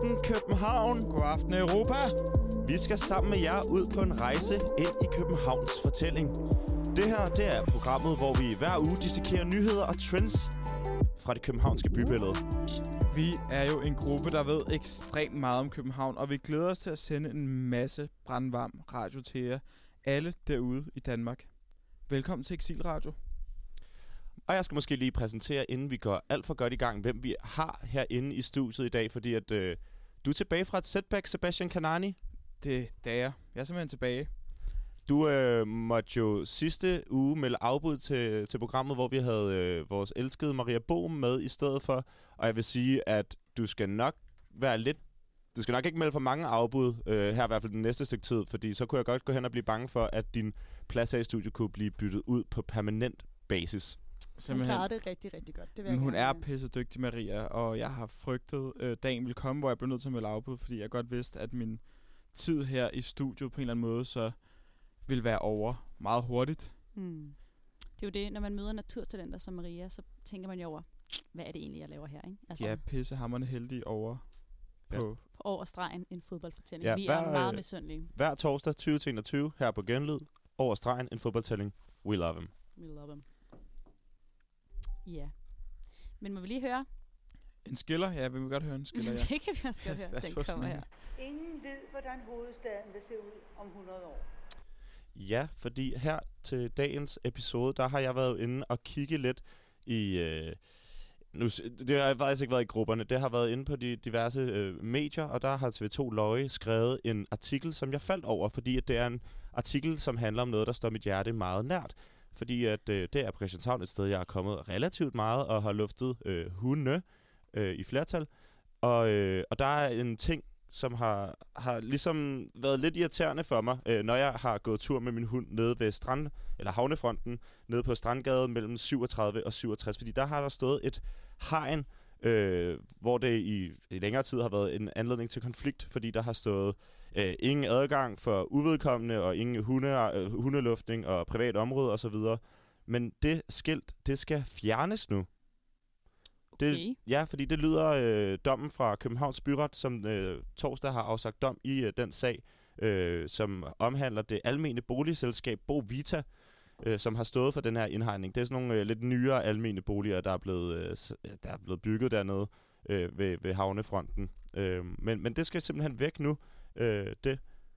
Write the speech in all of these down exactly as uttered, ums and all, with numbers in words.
aften København. God aften Europa. Vi skal sammen med jer ud på en rejse ind i Københavns fortælling. Det her, det er programmet, hvor vi hver uge dissekerer nyheder og trends fra det københavnske bybillede. Vi er jo en gruppe, der ved ekstremt meget om København, og vi glæder os til at sende en masse brandvarm radio til jer, alle derude i Danmark. Velkommen til Exilradio. Og jeg skal måske lige præsentere, inden vi går alt for godt i gang, hvem vi har herinde i studiet i dag, fordi at øh, du er tilbage fra et setback, Sebastian Kanani. Det, det er jeg. Jeg er simpelthen tilbage. Du øh, måtte jo sidste uge melde afbud til, til programmet, hvor vi havde øh, vores elskede Maria Bohm med i stedet for. Og jeg vil sige, at du skal nok være lidt... Du skal nok ikke melde for mange afbud øh, her i hvert fald den næste stykke tid, fordi så kunne jeg godt gå hen og blive bange for, at din plads her i studiet kunne blive byttet ud på permanent basis. Hun klarede det rigtig, rigtig godt. Det Men hun er pissedygtig, Maria, og jeg har frygtet, øh, dagen ville komme, hvor jeg blev nødt til at melde afbud, fordi jeg godt vidste, at min tid her i studiet på en eller anden måde, så vil være over meget hurtigt. Mm. Det er jo det, når man møder naturtalenter som Maria, så tænker man jo over, hvad er det egentlig, jeg laver her, ikke? Altså, ja, pissehammerende heldige over ja. på... på over stregen en fodboldfortælling. Ja, vi hver, er meget misundelige. Hver torsdag tyve til enogtyve her på Genlyd, over stregen en fodboldtælling. We love them. We love them. Ja. Men må vi lige høre? En skiller? Ja, vi vil godt høre en skiller, ja. Det kan vi også godt høre. Den kommer her. Ingen ved, hvordan hovedstaden vil se ud om hundrede år. Ja, fordi her til dagens episode, der har jeg været inde og kigge lidt i... Øh, nu, det har faktisk ikke været i grupperne, det har været inde på de diverse øh, medier, og der har T V to Løje skrevet en artikel, som jeg faldt over, fordi at det er en artikel, som handler om noget, der står mit hjerte meget nært. Fordi at øh, det er på Christianshavn et sted, jeg er kommet relativt meget og har luftet øh, hunde øh, i flertal. Og, øh, og der er en ting, som har, har ligesom været lidt irriterende for mig, øh, når jeg har gået tur med min hund nede ved strand, eller havnefronten, nede på Strandgade mellem syvogtredive og syvogtres. Fordi der har der stået et hegn, øh, hvor det i, i længere tid har været en anledning til konflikt, fordi der har stået øh, ingen adgang for uvedkommende og ingen hunde, øh, hundeluftning og privat område osv. Men det skilt, det skal fjernes nu. Okay. Det, ja, fordi det lyder øh, dommen fra Københavns Byret, som øh, torsdag har afsagt dom i øh, den sag, øh, som omhandler det almene boligselskab Bo Vita, øh, som har stået for den her indhegning. Det er sådan nogle øh, lidt nyere almene boliger, der er blevet, øh, der er blevet bygget dernede øh, ved, ved havnefronten. Øh, men, men det skal simpelthen væk nu, øh, det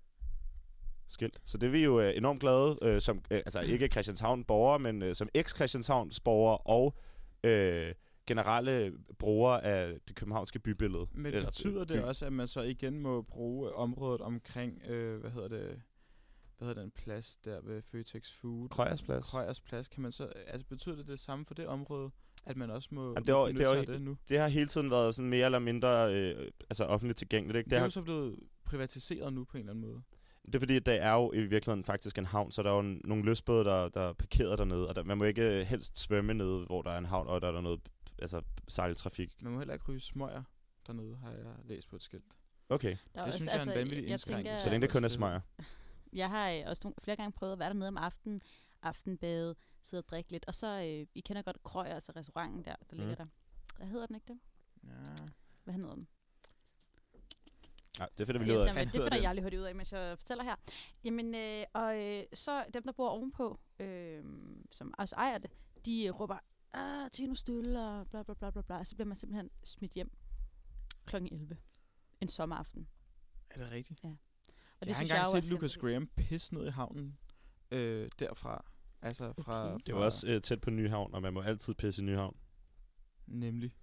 skilt. Så det er vi jo øh, enormt glade, øh, som øh, altså ikke Christianshavn-borgere, men øh, som eks-Christianshavns-borgere og øh, generelle brugere af det københavnske bybillede. Men eller betyder by. det også, at man så igen må bruge området omkring, øh, hvad hedder det, hvad hedder den plads der ved Føtex Food? Krøyers Plads. Krøyers Plads. Kan man så, altså betyder det det samme for det område, at man også må Jamen, det, er, det, er, det nu? Det har hele tiden været sådan mere eller mindre øh, altså offentligt tilgængeligt, ikke? Det, det er har, jo så blevet privatiseret nu på en eller anden måde. Det er fordi, at der er jo i virkeligheden faktisk en havn, så der er jo n- nogle lystbåde, der, der er parkeret dernede, og der, man må ikke helst svømme nede, hvor der er en havn, og der er der noget altså, sejltrafik. Man må heller ikke ryge smøger dernede, har jeg læst på et skilt. Okay. Det også, synes altså, jeg er en vanvittig jeg indskrænkning. tænker, Så længe det kun er smøger. Jeg har øh, også nogle, flere gange prøvet at være dernede om aftenen, aftenbade, sidde og drikke lidt, og så, øh, I kender godt Krøyers, altså restauranten der, der ligger Mm. der. Hvad hedder den ikke det? Ja. Hvad hedder den? Ja, det finder vi Det, lige ud af. det finder jeg aldrig hørt ud af, mens jeg fortæller her. Jamen, øh, og øh, så dem, der bor ovenpå, øh, som også ejer det, de øh, råber, ah, Tino stille, og bla bla bla bla bla. Så bliver man simpelthen smidt hjem klokken elleve. En sommeraften. Er det rigtigt? Ja. Og jeg det har synes engang jeg set også Lucas Graham pisse ned i havnen øh, derfra. Altså fra... Okay. Det er jo også øh, tæt på Nyhavn, og man må altid pisse i Nyhavn. Nemlig.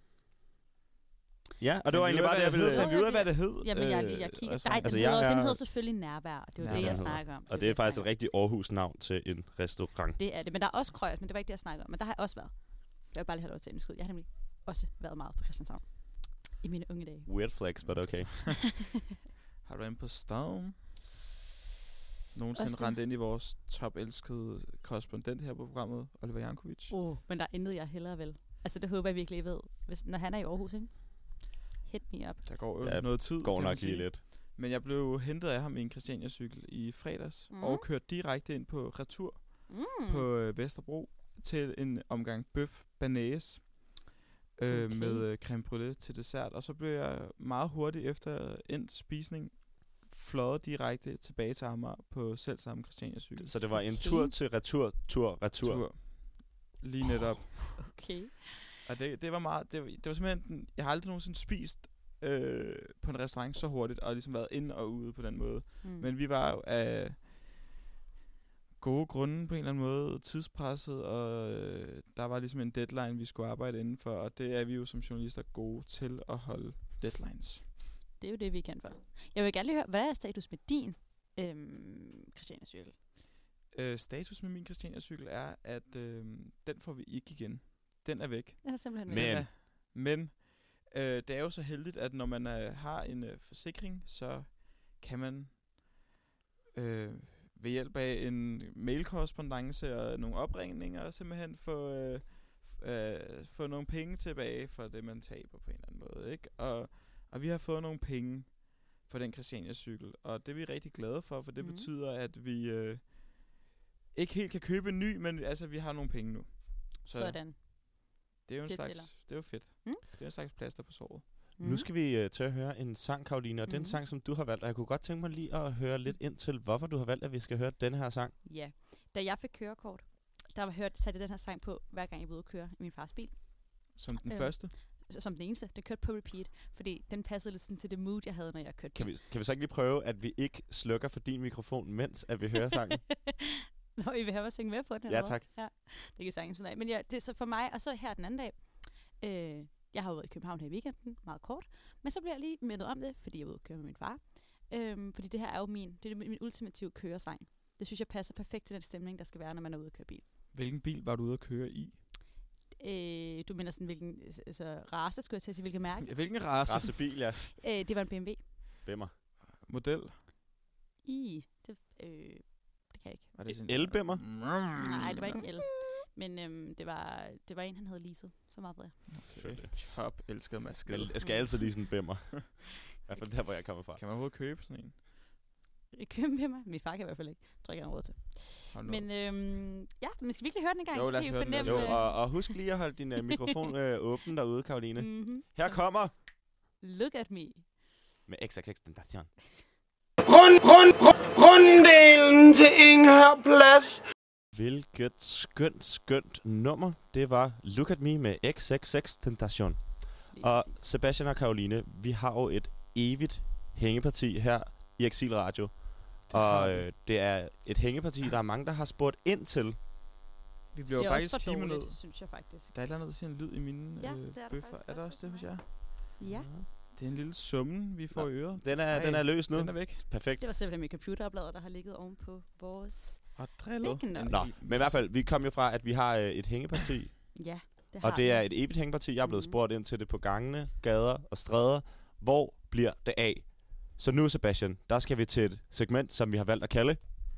Ja, og det var egentlig bare det, jeg ville... Fandt vi ud af, hvad det hed? Jamen, jeg, jeg, jeg kigger. Nej, den, Altså, hedder, jeg den er- hedder selvfølgelig Nærvær. Det var Nærvær det, jeg hedder. snakker om. Og det var er faktisk jeg et rigtigt Aarhus-navn til en restaurant. Det er det, men der er også Krøyers, men det var ikke det, jeg snakker om. Men der har jeg også været. Jeg vil bare lige have lov til at skyde. Jeg har nemlig også været meget på Christianshavn i mine unge dage. Weird flex, but okay. Har du været inde på Storm? Nogensinde Også det. rendt ind i vores top-elskede korrespondent her på programmet, Oliver Jankovic. Oh, men der er intet, jeg hellere vil. Altså, det håber jeg virkelig, I ved. Hvis, når han er i Aarhus, ikke? Hit me up. Der går jo Der noget tid, Går kan man nok sige. lige lidt. Men jeg blev hentet af ham i en Christiania-cykel i fredags, Mm. mm. og kørt direkte ind på retur Mm. på øh, Vesterbro til en omgang bøf banæs. øh, Okay. med øh, creme brûlée til dessert. Og så blev jeg meget hurtigt efter endt spisning fløjet direkte tilbage til Amager på selv samme Christiania cykel. Så det var en Okay. tur til retur, tur, retur. Tur. Lige netop. Okay. Og det, det var meget, det var, det var simpelthen, den- jeg har aldrig nogensinde spist øh, på en restaurant så hurtigt, og ligesom været ind og ude på den måde. Mm. Men vi var jo af gode grunde på en eller anden måde tidspresset, og øh, der var ligesom en deadline, vi skulle arbejde inden for, og det er vi jo som journalister gode til at holde deadlines. Det er jo det, vi kan for. Jeg vil gerne lige høre, hvad er status med din øhm, Christiania cykel? Øh, status med min Christiania-cykel er, at øh, den får vi ikke igen. Den er væk. Den er simpelthen Men- væk. Den er, men øh, det er jo så heldigt, at når man øh, har en øh, forsikring, så kan man øh, ved hjælp af en mailkorrespondance og nogle opringninger simpelthen få, øh, f- øh, få nogle penge tilbage for det, man taber på en eller anden måde. Ikke? Og, og vi har fået nogle penge for den Christiania-cykel, og det er vi rigtig glade for, for det Mhm. betyder, at vi øh, ikke helt kan købe en ny, men altså, vi har nogle penge nu. Så Sådan. det er jo en Det slags, tæller. det er jo fedt. Mm. Det er en slags plaster på såret. Mm. Nu skal vi uh, til at høre en sang, Karoline, og mm. den Mhm. sang, som du har valgt. Og jeg kunne godt tænke mig lige at høre lidt ind til, hvorfor du har valgt, at vi skal høre den her sang. Ja. Da jeg fik kørekort, der var hørt, satte jeg den her sang på, hver gang jeg var ude at køre i min fars bil. Som den Øh, første. S- Som den eneste. Den kørte på repeat, fordi den passede lidt sådan til det mood, jeg havde, når jeg kørte Kan bil. vi, kan vi så ikke lige prøve, at vi ikke slukker for din mikrofon, mens at vi hører sangen? Nå, I vil have mig synge med på den? eller Ja, hvad? tak. Ja, det kan vi sagtens finde af. Men ja, det er så for mig, og så her den anden dag, øh, jeg har været i København her i weekenden, meget kort, men så bliver jeg lige mindet om det, fordi jeg var ude at køre med min far. Øhm, fordi det her er jo min, det er min ultimative køresang. Det synes jeg passer perfekt til den stemning, der skal være, når man er ude at køre bil. Hvilken bil var du ude at køre i? Øh, du mener sådan, hvilken altså, race, skulle jeg til at sige, hvilket mærke? Hvilken race? Racebil, ja. Øh, det var en B M W. Bimmer. Model? I, det, øh, det kan jeg ikke. Var det sådan Elbimmer? Nej, det var ikke en el. Men øhm, det, var, det var en, han havde leaset. Så meget ved jeg. Selvfølgelig. Top, elsket maskel. Men jeg skal altid lige sådan en bimmer. I hvert fald der, hvor jeg kommer fra. Kan man overhovedet købe sådan en? Jeg køber med mig. Min far kan i hvert fald ikke. Jeg tror ikke, jeg har råd til. Hold nu. Men øhm, ja, men skal vi ikke lige høre den en gang? Jo, så lad kan os I høre den, lad os fornemme, Jo, høre øh, og, og husk lige at holde din uh, mikrofon øh, åben derude, Karoline. mhm. Her kommer Look at me. med X X X Tentation. Rund, rund, rund, runddelen til Inghør Plads. Hvilket skønt, skønt nummer. Det var Look at Me med X X X Tentation. Lige Og præcis. Sebastian og Karoline, vi har jo et evigt hængeparti her i Exil Radio. Det har Og vi. øh, det er et hængeparti, der er mange, der har spurgt ind til. Vi bliver det jo er faktisk også for kimet ned. dårligt, synes jeg faktisk. Der er et eller andet, der siger en lyd i mine Ja, øh, det er der bøffer. faktisk Er der også også det hos hos jer? Ja, Det er en lille summen, vi får Nå, i øret. Den er, Ej, den er løs nu. Den er væk. Perfekt. det var simpelthen mit computeroplader, der har ligget oven på vores... Og drillet. Ikke nok. En Nå, hel men i hvert fald, vi kom jo fra, at vi har øh, et hængeparti. Ja, det har Og det vi. er et evigt hængeparti. Jeg er blevet Mhm. spurgt ind til det på gangene, gader og stræder. Hvor bliver det af? Så nu, Sebastian, der skal vi til et segment, som vi har valgt at kalde.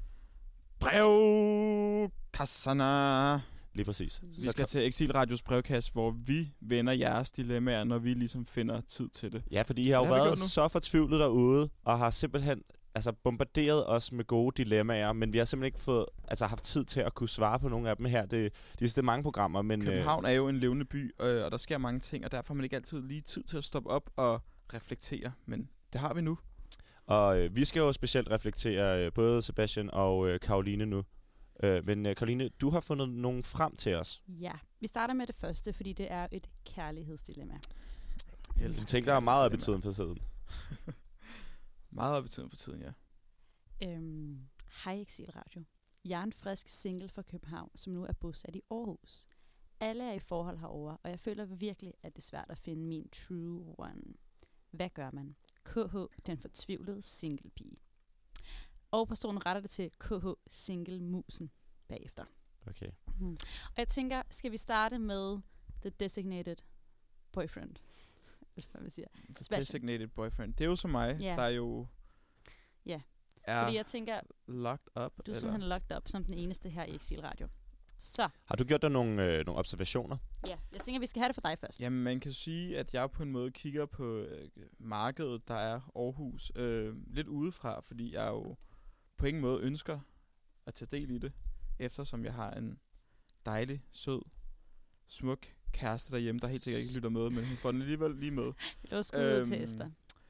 Brevkasserne. Lige præcis. Vi skal til Exil Radios brevkasse, hvor vi vender jeres dilemmaer, når vi ligesom finder tid til det. Ja, fordi I har jo Det har vi været gjort nu. så fortvivlet derude, og har simpelthen altså, bombarderet os med gode dilemmaer, men vi har simpelthen ikke fået, altså, haft tid til at kunne svare på nogle af dem her. Det, det er mange programmer, men... København er jo en levende by, øh, og der sker mange ting, og derfor har man ikke altid lige tid til at stoppe op og reflektere. Men det har vi nu. Og øh, vi skal jo specielt reflektere øh, både Sebastian og øh, Karoline nu. Øh, men øh, Karoline, du har fundet nogen frem til os. Ja, vi starter med det første, fordi det er et kærlighedsdilemma. Jeg Jeg tænker, der er meget op i tiden for tiden. Meget op i tiden for tiden, ja. Øhm, Hej Exil Radio. Jeg er en frisk single fra København, som nu er bosat i Aarhus. Alle er i forhold herover, og jeg føler virkelig, at det er svært at finde min true one. Hvad gør man? K H, den fortvivlede single pige. Og personen retter det til K H, single musen bagefter. Okay. Mm. Og jeg tænker, skal vi starte med the designated boyfriend? Eller hvad man siger. The Sebastian. designated boyfriend. Det er jo som mig, Ja. der jo Ja. er Fordi jeg tænker, locked up. du er simpelthen locked up som den eneste her i Exil Radio. Så, Har du gjort dig nogle, øh, nogle observationer? ja, jeg tænker, vi skal have det for dig først. Jamen, man kan sige, at jeg på en måde kigger på øh, markedet, der er Aarhus, øh, lidt udefra, fordi jeg jo på ingen måde ønsker at tage del i det, eftersom jeg har en dejlig, sød, smuk kæreste derhjemme, der helt sikkert ikke lytter med, men hun får den alligevel lige med. Det var skud øhm, til Esther.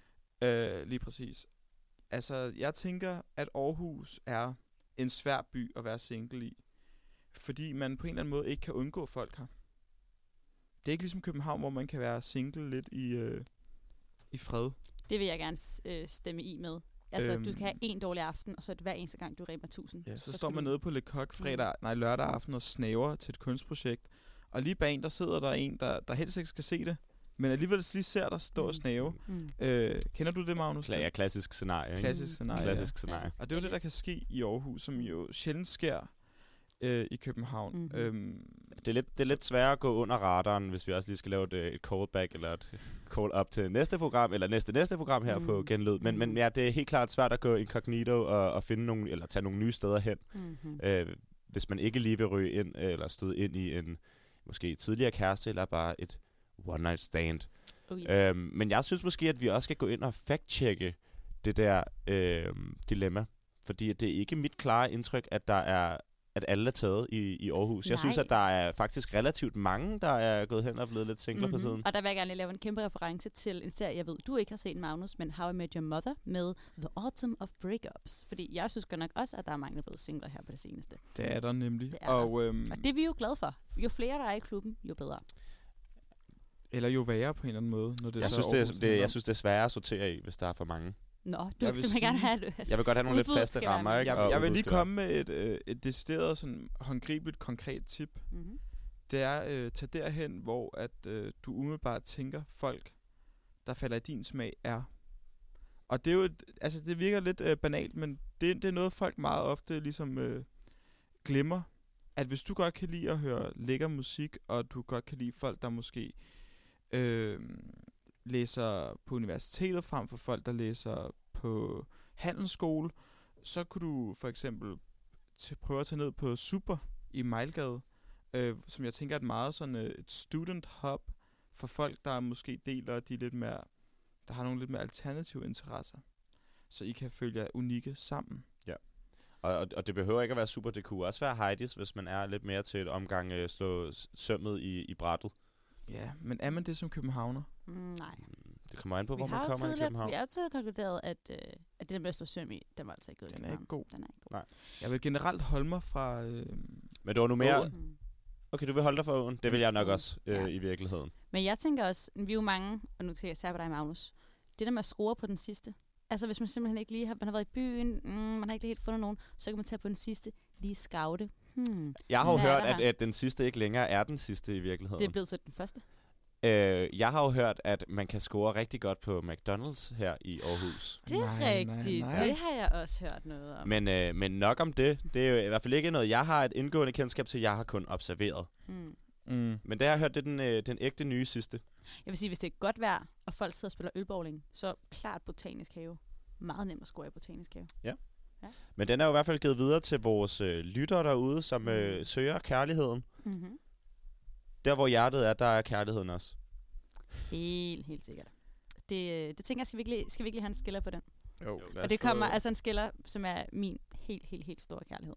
Øh, lige præcis. Altså, jeg tænker, at Aarhus er en svær by at være single i. Fordi man på en eller anden måde ikke kan undgå folk her. Det er ikke ligesom København, hvor man kan være single lidt i, øh, i fred. Det vil jeg gerne øh, stemme i med. Altså, Øhm. du kan have en dårlig aften, og så er det hver eneste gang, du Rema tusind. Ja, så, så skal står man du- nede på Le Coq fredag, nej, lørdag aften og snaver til et kunstprojekt. Og lige bag en, der sidder der en, der, der helst ikke skal se det. Men alligevel lige ser der stå og Mm. snave. Mm. Øh, kender du det, Magnus? Kla- ja, klassisk scenarie, ikke? Klassisk scenarie. Klassisk Ja. scenarie. Og det er jo det, der kan ske i Aarhus, som jo sjældent sker øh, i København. Mhm. Øhm, Det er, lidt, det er lidt sværere at gå under radaren, hvis vi også lige skal lave et, øh, et callback, eller et call-up til næste program, eller næste næste program her mm. på Mm. Genlyd. Men, men ja, det er helt klart svært at gå incognito og, og finde nogle, eller tage nogle nye steder hen, Mm-hmm. øh, hvis man ikke lige vil ryge ind, eller støde ind i en måske tidligere kæreste, eller bare et one-night stand. Oh, yes. Øhm, men jeg synes måske, at vi også skal gå ind og fact-checke det der øh, dilemma. Fordi det er ikke mit klare indtryk, at der er at alle er taget i, i Aarhus. Jeg synes, Nej. at der er faktisk relativt mange, der er gået hen og blevet lidt singler mm-hmm. på siden. Og der vil jeg gerne lige lave en kæmpe reference til en serie, jeg ved, du ikke har set, Magnus, men How I Met Your Mother med The Autumn of Breakups. Fordi jeg synes godt nok også, at der er mange, der er blevet singler her på det seneste. det er der nemlig. Det er og, øhm, Og det er vi jo glade for. Jo flere, der er i klubben, jo bedre. eller jo værre på en eller anden måde. Når det Jeg så synes, er det, Aarhus, er, det, handler jeg om. synes, det er sværere at sortere i, hvis der er for mange. Nå, du Jeg vil vil simpelthen gerne sige- have det. Jeg vil godt have nogle lidt Udbuddet faste skal være rammer, med. ikke? Jeg, Og jeg vil udbud lige skal være- komme med et, øh, et decideret, sådan håndgribeligt, konkret tip. Mm-hmm. Det er øh, tage derhen, hvor at, øh, du umiddelbart tænker, folk, der falder i din smag, er. Og det er jo, et, altså det virker lidt øh, banalt, men det, det er noget, folk meget ofte ligesom øh, glemmer. At hvis du godt kan lide at høre lækker musik, og du godt kan lide folk, der måske øh, læser på universitetet frem for folk, der læser på handelsskole, så kunne du for eksempel t- prøve at tage ned på Super i Mejlgade, øh, som jeg tænker er et meget sådan øh, et student hub for folk, der måske deler de lidt mere, der har nogle lidt mere alternative interesser. Så I kan føle jer unikke sammen. Og, og, og det behøver ikke at være super. Det kunne også være Heidis, hvis man er lidt mere til et omgang øh, slå s- sømmet i, i brættet. Ja, men er man det som københavner? Mm, nej. Mm, Det kommer an på, Vi hvor har, man jo kommer i tidligere, København. vi har jo tidligere konkluderet, at, øh, at det der med at stå søm i, den var altså ikke gået i Den er København. ikke god. Den er ikke god. Nej. Jeg vil generelt holde mig fra... Øh, Men det var nu mere... Åen. Mm. Okay, du vil holde dig for åen. Det vil jeg nok Mm. også øh, Ja. i virkeligheden. Men jeg tænker også, vi er jo mange, og nu tænker jeg særligt på dig, Magnus, det der med at score på den sidste. Altså hvis man simpelthen ikke lige har, man har været i byen, mm, man har ikke lige helt fundet nogen, så kan man tage på den sidste, lige scoute. Hmm. Jeg har jo Hvad er hørt, der at, her? at den sidste ikke længere er den sidste i virkeligheden. Det er blevet til den første. Øh, jeg har jo hørt, at man kan score rigtig godt på McDonald's her i Aarhus. Det er Nej, nej, rigtigt. nej. Det har jeg også hørt noget om. Men, øh, men nok om det. Det er jo i hvert fald ikke noget, jeg har et indgående kendskab til. Jeg har kun observeret. Hmm. mm. Men det har jeg hørt, det er den, øh, den ægte nye sidste. Jeg vil sige, hvis det er godt vejr, og folk sidder og spiller ølbowling, så klart botanisk have. Meget nemt at score i botanisk have. Men den er jo i hvert fald givet videre til vores øh, lyttere derude, som øh, Mm. søger kærligheden. Mm-hmm. Der, hvor hjertet er, der er kærligheden også. Helt, helt sikkert. Det, øh, det tænker jeg, skal virkelig, skal virkelig have en skiller på den. Jo, Og det kommer altså en skiller, som er min helt, helt, helt store kærlighed.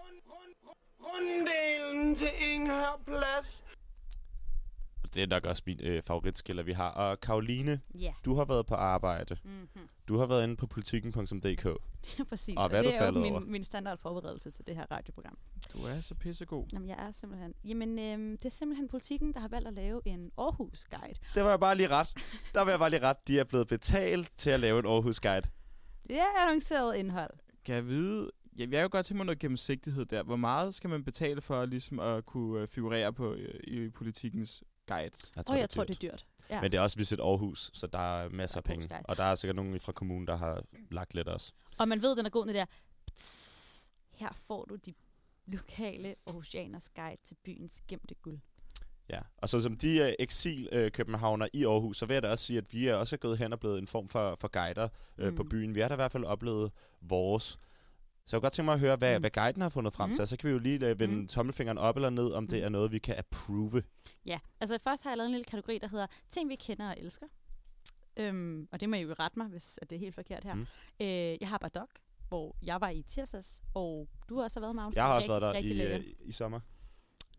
Runddelen til Inghør Plads. Og det er nok også min øh, favoritskiller, vi har. Og Karoline, Ja. du har været på arbejde. Mm-hmm. Du har været inde på politikken punktum d k. Ja, præcis. Og Og, hvad er det du er jo faldet over? min, min standard forberedelse til det her radioprogram. Du er så pissegod. Jamen, jeg er simpelthen... Jamen, øhm, det er simpelthen politikken, der har valgt at lave en Aarhus-guide. Det var jeg bare lige ret. Der var jeg bare lige ret. De er blevet betalt til at lave en Aarhus Guide. Det er annonceret indhold. Kan jeg vide... Ja, jeg vil jo godt tænke mig noget gennemsigtighed der. Hvor meget skal man betale for ligesom at kunne øh, figurere på øh, i politikens guides? Jeg Og jeg tror, det er dyrt. Ja. Men det er også Visit Aarhus, så der er masser af Der er Aarhus penge. Guide. Og der er sikkert nogen fra kommunen, der har lagt lidt også. Og man ved, den er god, den der... Pss, her får du de lokale Aarhusianers guide til byens gemte guld. Ja, og så som de er eksil-københavner i Aarhus, så vil jeg da også sige, at vi er også gået hen og blevet en form for, for guider øh, Mm. på byen. Vi har da i hvert fald oplevet vores. Så jeg kunne godt tænke mig at høre, hvad, Mm. hvad guiden har fundet frem Mm. til. Så kan vi jo lige uh, vende Mm. tommelfingeren op eller ned, om det Mm. er noget, vi kan approve. Ja, altså først har jeg lavet en lille kategori, der hedder ting, vi kender og elsker. Øhm, og det må I jo rette mig, hvis at det er helt forkert her. Mm. Mm. Øh, jeg har Bardok, hvor jeg var i tirsdags, og du har også været, Magnus. Jeg har Det er også været der rigtig, i, rigtig uh, i sommer.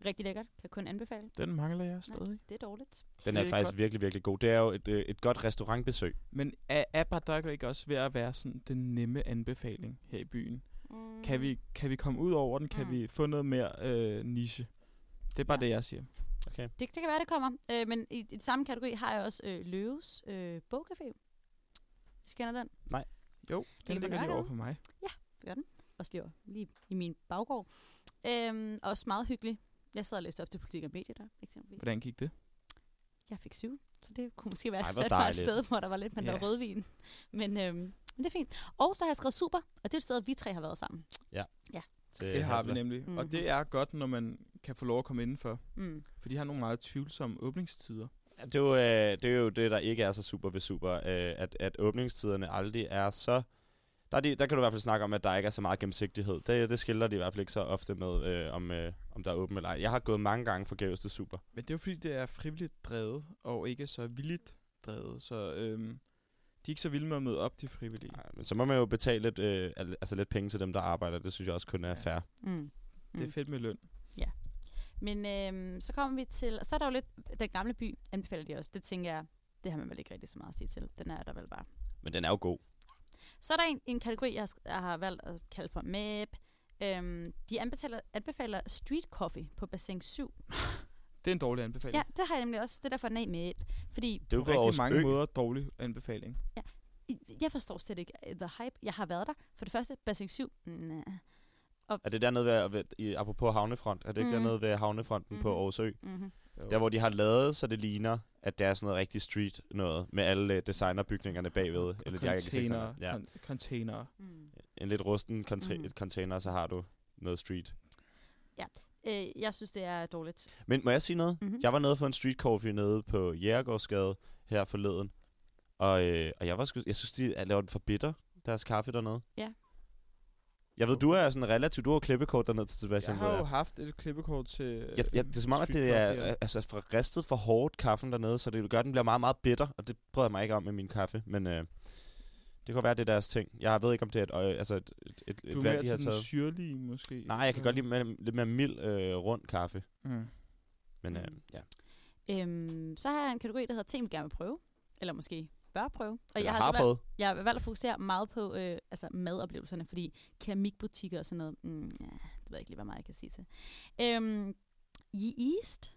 Rigtig lækkert. Kan kun anbefale. Den mangler jeg stadig. Nej, det er dårligt. Den Det er er faktisk godt. virkelig, virkelig god. Det er jo et, øh, et godt restaurantbesøg. Men er, er Bardok ikke også ved at være sådan den nemme anbefaling her i byen? Mm. Kan vi, kan vi komme ud over den? Kan Mm. vi få noget mere øh, niche? Det er bare Ja. det, jeg siger. Okay. Det, det kan være, det kommer. Øh, men i, i samme kategori har jeg også øh, Løves øh, bogcafé. Hvis I kender den. Jo, den på ligger lige Nørregade. over for mig. Også lige, over- lige i min baggård. Øhm, også meget hyggelig. Jeg sad og læste op til politik og medier der, eksempelvis. Hvordan gik det? Jeg fik syv, så det kunne måske være Ej, Ej, hvor sat mig et dejligt. sted, hvor der var lidt mindre Ja. yeah. rødvin. Men, øhm, men det er fint. Og så har jeg skrevet super, og det er et sted, vi tre har været sammen. Til Det har vi Havle. nemlig. Mm-hmm. Og Mhm. det er godt, når man kan få lov at komme indenfor. Mm. For de har nogle meget tvivlsomme åbningstider. Ja, det, er jo, øh, det er jo det, der ikke er så super ved super, øh, at, at åbningstiderne aldrig er så... Der, er de, der kan du i hvert fald snakke om, at der ikke er så meget gennemsigtighed. Det, det skiller de i hvert fald ikke så ofte med, øh, om, øh, om der er åbent eller ej. Jeg har gået mange gange forgæves til super. Men det er jo fordi, det er frivilligt drevet, og ikke så villigt drevet. Så øhm, de er ikke så vilde med at møde op, de frivillige. Ej, men så må man jo betale lidt, øh, al- altså lidt penge til dem, der arbejder. Det synes jeg også kun er Ja. fair. Mm. Det er fedt med løn. Men øhm, så kommer vi til... Så er der jo lidt... Den gamle by anbefaler de også. Det tænker jeg, det har man vel ikke rigtig så meget at sige til. Den er der vel bare. Men den er jo god. Så er der en, en kategori, jeg har, sk- jeg har valgt at kalde for M A P. Øhm, de anbefaler, anbefaler street coffee på Bassin syv. Det er en dårlig anbefaling. Ja, det har jeg nemlig også. Det er derfor, den er i M A P. Fordi Det er jo På på rigtig Aarhus mange Ø. måder dårlig anbefaling. jeg forstår slet ikke uh, the hype. Jeg har været der. For det første, Bassin syv. Nah. Er det dernede ved, ved i, apropos havnefront? Er det ikke Mhm. dernede ved havnefronten på Mhm. Aarhus Ø? Mm-hmm. Jo. Der hvor de har lavet, så det ligner, at det er sådan noget rigtig street noget, med alle øh, designerbygningerne bagved. Og Eller de har ikke set container, sådan, ja. kon- container. Mm. En lidt rusten contra- Mhm. container, så har du noget street. Øh, jeg synes, det er dårligt. Men må jeg sige noget? Mhm. Jeg var nede for en street coffee nede på Jægergårdsgade her forleden. Og, øh, og jeg var sgu, jeg synes, de er lavet for bitter, deres kaffe dernede. Ja. Jeg ved, du er sådan relativt, du har klippekort dernede til Sebastian. Jeg ved har jo haft et klippekort til... Ja, ja, det er som om, at street det er coffee, ja. øh, altså, fra ristet for hårdt kaffen dernede, så det gør, at den bliver meget, meget bitter, og det bryder jeg mig ikke om med min kaffe, men øh, det kan være, det er deres ting. Jeg ved ikke, om det er et, øh, altså et, et, et, Du et er valg, mere de har til den taget. syrlige, måske? Nej, jeg kan godt lide med, lidt mere mild, øh, rund kaffe, Mm. men øh, Mm. ja. Øhm, så har jeg en kategori, der hedder ting, vi gerne vil prøve. Eller måske bør prøve. Og Jeg, jeg har, har altså valgt, prøvet. jeg har valgt at fokusere meget på øh, altså madoplevelserne, fordi keramikbutikker og sådan noget, mm, ja, det ved jeg ikke lige, hvor meget jeg kan sige til. Øhm, Ye East.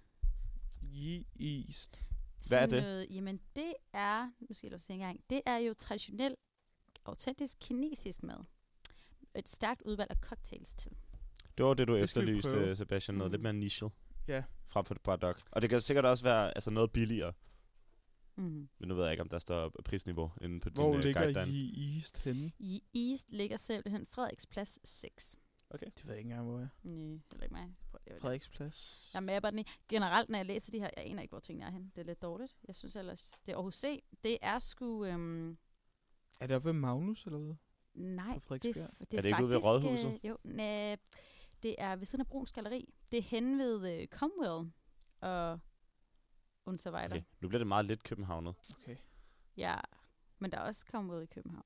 Yeast. Hvad er Sådan det? Noget, jamen det er, nu skal jeg lige se en gang, det er jo traditionel, autentisk kinesisk mad. Et stærkt udvalg af cocktails til. Det var det, du Det skal vi efterlyste, prøve. Sebastian, noget Mhm. lidt mere nichet Ja. frem for et produkt. Og det kan sikkert også være altså, noget billigere, Mm. men nu ved jeg ikke, om der står prisniveau inde på Hvor din uh, ligger guide derinde. Yeast henne? Ye East ligger simpelthen Frederiksplads seks. Det ved jeg ikke engang, hvor jeg Nej, heller ikke mig. Prøv lige at- Frederiksplads. Jeg mapper den i. Generelt, når jeg læser de her, jeg aner ikke, hvor tingene er hen. Det er lidt dårligt. Jeg synes ellers, det er Aarhus C. Det er sgu... Øhm, Er det oppe ved Magnus, eller hvad? nej, På Frederiksbjerg? det, det Er det ikke ude ved faktisk, Rådhuset? Øh, jo, næ, det er ved siden af Bruns Galleri. Det er hen ved øh, Comwell og und so weiter. Okay. Nu bliver det meget lidt københavnet. Okay. Ja, men der er også Comwell i København.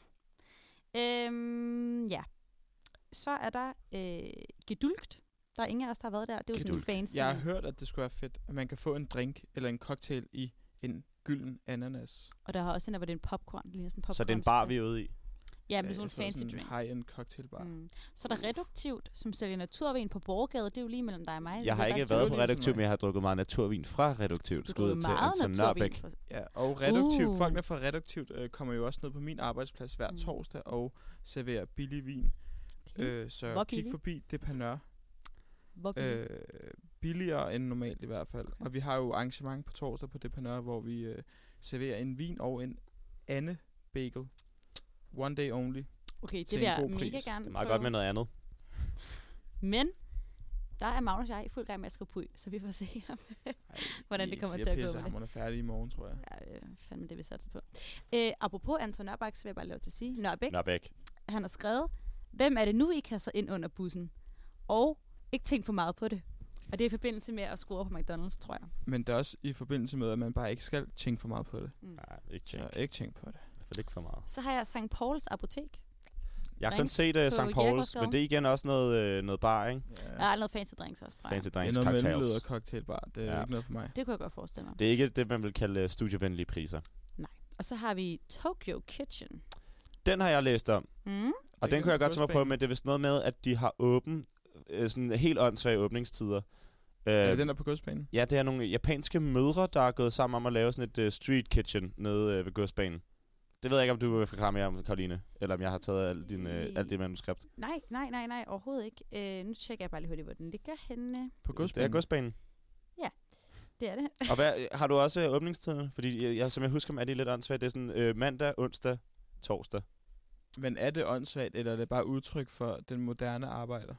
Øhm, ja. Så er der øh, Gedulgt. Der er ingen af os, der har været der. Det er jo sådan en Gedulgt. fancy... Jeg har hørt, at det skulle være fedt, at man kan få en drink eller en cocktail i en gylden ananas. Og der har også en, der hvor det er en popcorn. Det ligner sådan en popcorn. Så det er en bar, vi er ude i. Ja, med Øh, sådan nogle jeg tror, fancy sådan en drinks. high-end cocktailbar. Mm. Mm. Så er der Reduktivt, som sælger naturvin på Borgergade. Det er jo lige mellem dig og mig. Jeg har Det er ikke faktisk været det på var lige Reduktiv, sådan men jeg har drukket meget naturvin fra Reduktivt. Du Skud drikker til meget Anton naturvin. Nørbæk. For, Ja, og reduktivt. Uh. Folkene fra reduktivt øh, kommer jo også ned på min arbejdsplads hver Mm. torsdag og serverer billig vin. okay. Øh, så Hvor kig billig? forbi Depanør. Hvor billig? Øh, billigere end normalt i hvert fald. Okay. Og vi har jo arrangement på torsdag på Depanør, hvor vi øh, serverer en vin og en Anne bagel. One day only. Okay, det til vil en jeg god mega pris. gerne Det er meget prøve. godt med noget andet. Men der er Magnus og jeg i fuld gang med at skrive på, så vi får se, om, hvordan vi, det kommer vi til at gå Vi med er det. pissehamrende færdige i morgen, tror jeg. Ja, øh, fandme det, vi satser på. Øh, apropos Anton Nørbæk, så vil jeg bare lave til at sige. Nørbæk, Nørbæk. han har skrevet, hvem er det nu, I kaster ind under bussen? Og ikke tænk for meget på det. Og det er i forbindelse med at score på McDonald's, tror jeg. Men det er også i forbindelse med, at man bare ikke skal tænke for meget på det. Mm. Nej, ikke Så tænk. ikke tænk på det. For ikke for meget. Så har jeg Sankt Pauls Apotek. Jeg har kun drinks set uh, på Sankt Pauls, Jægergårdsgade. men det er igen også noget, uh, noget bar, ikke? Ja. Der er noget fancy drinks også, tror jeg. Fancy Det er drinks, noget cocktails. mellemleder cocktailbar. Det er Ja. ikke noget for mig. Det kunne jeg godt forestille mig. Det er ikke det, man vil kalde uh, studievenlige priser. Og så har vi Tokyo Kitchen. Den har jeg læst om, Mm. og Det den er kunne jeg på godt tænke mig at prøve, godsbanen. men det er vist noget med, at de har åben, øh, sådan helt åndssvage åbningstider. Er Øh, det den der på godsbanen? Ja, det er nogle japanske mødre, der er gået sammen om at lave sådan et uh, street kitchen nede uh, ved godsbanen. Det ved jeg ikke, om du vil forklare mere om, Karoline, eller om jeg har taget alt, din, uh, alt det manuskript. Nej, nej, nej, nej, overhovedet ikke. Øh, nu tjekker jeg bare lige hurtigt, hvor den ligger henne. På Det er godsbanen? godsbanen. Det er det. Og hvad, har du også uh, åbningstiderne? Fordi jeg, jeg, som jeg husker, er de lidt åndssvagt. Det er sådan uh, mandag, onsdag, torsdag. Men er det åndssvagt, eller er det bare udtryk for den moderne arbejder?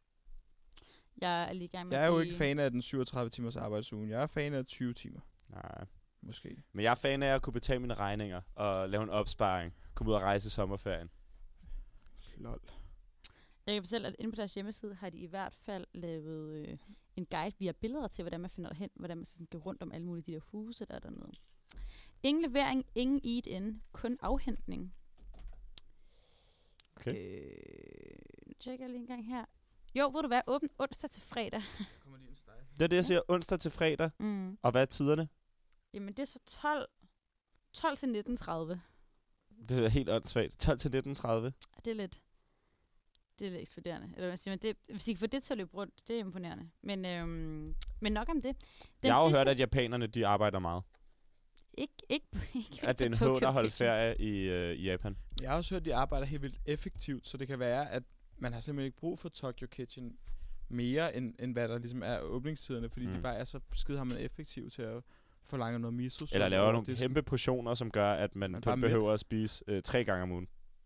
Jeg er lige i gang med Jeg er jo at ikke fan af den syvogtredive timers arbejdsugen. Jeg er fan af tyve timer, Nej. måske. Men jeg er fan af at kunne betale mine regninger og lave en opsparing. Komme ud og rejse i sommerferien. Lol. Jeg kan fortælle, at inde på deres hjemmeside har de i hvert fald lavet øh, en guide via billeder til, hvordan man finder derhen, hvordan man sådan skal rundt om alle mulige de der huse, der er dernede. Ingen levering, ingen eat-in, kun afhentning. Okay. Øh, nu tjekker jeg lige en gang her. Jo, ved du hvad? Åben onsdag til fredag. Kommer lige ind til dig. Det er det, jeg siger. Onsdag til fredag. Mm. Og hvad er tiderne? Jamen, det er så tolv, tolv til nitten tredive. Det er helt åndssvagt. tolv til nitten tredive. Det er lidt, det er lidt eksploderende. Eller hvad man siger, men det, hvis I kan få det til at løbe rundt, det er imponerende. Men, øhm, men nok om det. Den Jeg har jo sidste- hørt, at japanerne, de arbejder meget. Ikke, ikke, ikke At det er en på Tokyo hån at holde Kitchen. ferie i, øh, i Japan. Jeg har også hørt, at de arbejder helt vildt effektivt, så det kan være, at man har simpelthen ikke brug for Tokyo Kitchen mere, end, end hvad der ligesom er åbningstiderne, fordi mm. de Mm. bare er så skide har man effektivt til at forlange noget miso. Eller laver nogle kæmpe portioner, som gør, at man Man er bare kun mæt. behøver at spise øh, tre gange om ugen.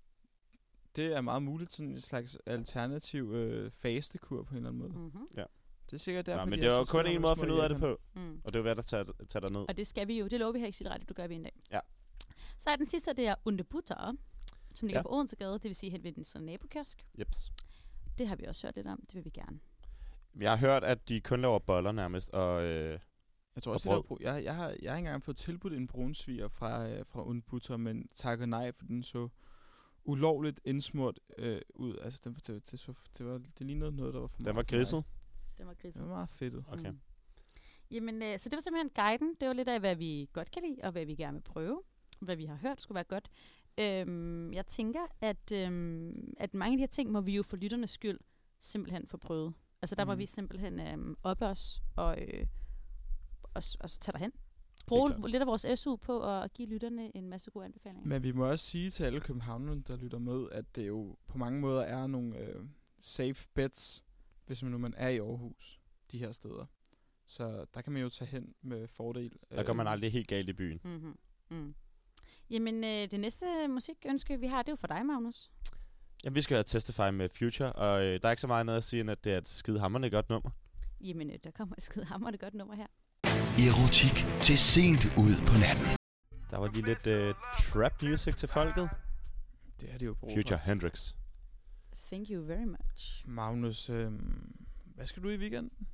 Det er meget muligt, sådan en slags alternativ øh, fastekur på en eller anden måde. Mm-hmm. Det er sikkert derfor, Ja, men de det er jo så kun små en måde at små finde ud af det Japan. på. Mm. Og det er jo hvad der tager, tager dig ned. Og det skal vi jo. Det lover vi her i Sit Radio, du gør vi en dag. Ja. Så er den sidste, det er Underbutter, som ligger Ja. på Odensegade, det vil sige hen ved den sådan nabokiosk. Jeps. Det har vi også hørt lidt om, det vil vi gerne. Jeg har hørt, at de kun laver boller nærmest, og øh, Jeg tror Og også, jeg, brød. jeg, jeg, har, jeg har ikke engang fået tilbudt en brunsviger fra, øh, fra Undbutter, men takker nej, for den så ulovligt indsmurt øh, ud. Altså, den, det, det, så, det, var, det lignede noget, der var for den meget var for mig. grisset. Den var Det griset. var meget fedtet. Okay. Mm. Jamen, øh, så det var simpelthen guiden. Det var lidt af, hvad vi godt kan lide, og hvad vi gerne vil prøve. Hvad vi har hørt skulle være godt. Øhm, jeg tænker, at, øhm, at mange af de her ting må vi jo for lytternes skyld simpelthen få prøvet. Altså der mm. må Mhm. vi simpelthen øhm, oppe os og, øh, og, s- og så tage derhen. Bruge klart. lidt af vores S U på at give lytterne en masse gode anbefalinger. Men vi må også sige til alle københavnerne, der lytter med, at det jo på mange måder er nogle øh, safe bets, hvis man nu man er i Aarhus, de her steder. Så der kan man jo tage hen med fordel. Der går man aldrig helt galt i byen. Mm-hmm. Mm. Jamen, øh, det næste musikønske, vi har, det er jo for dig, Magnus. Jamen, vi skal have Testify med Future, og øh, der er ikke så meget noget at sige, end at det er et skide hammerende godt nummer. Jamen, øh, der kommer et skide hammer, det godt nummer her. Erotik til sent ud på natten. Der var lige lidt øh, trap music til folket. Det er det jo brug Future for. Hendrix. Thank you very much. Magnus, øh, hvad skal du i weekenden?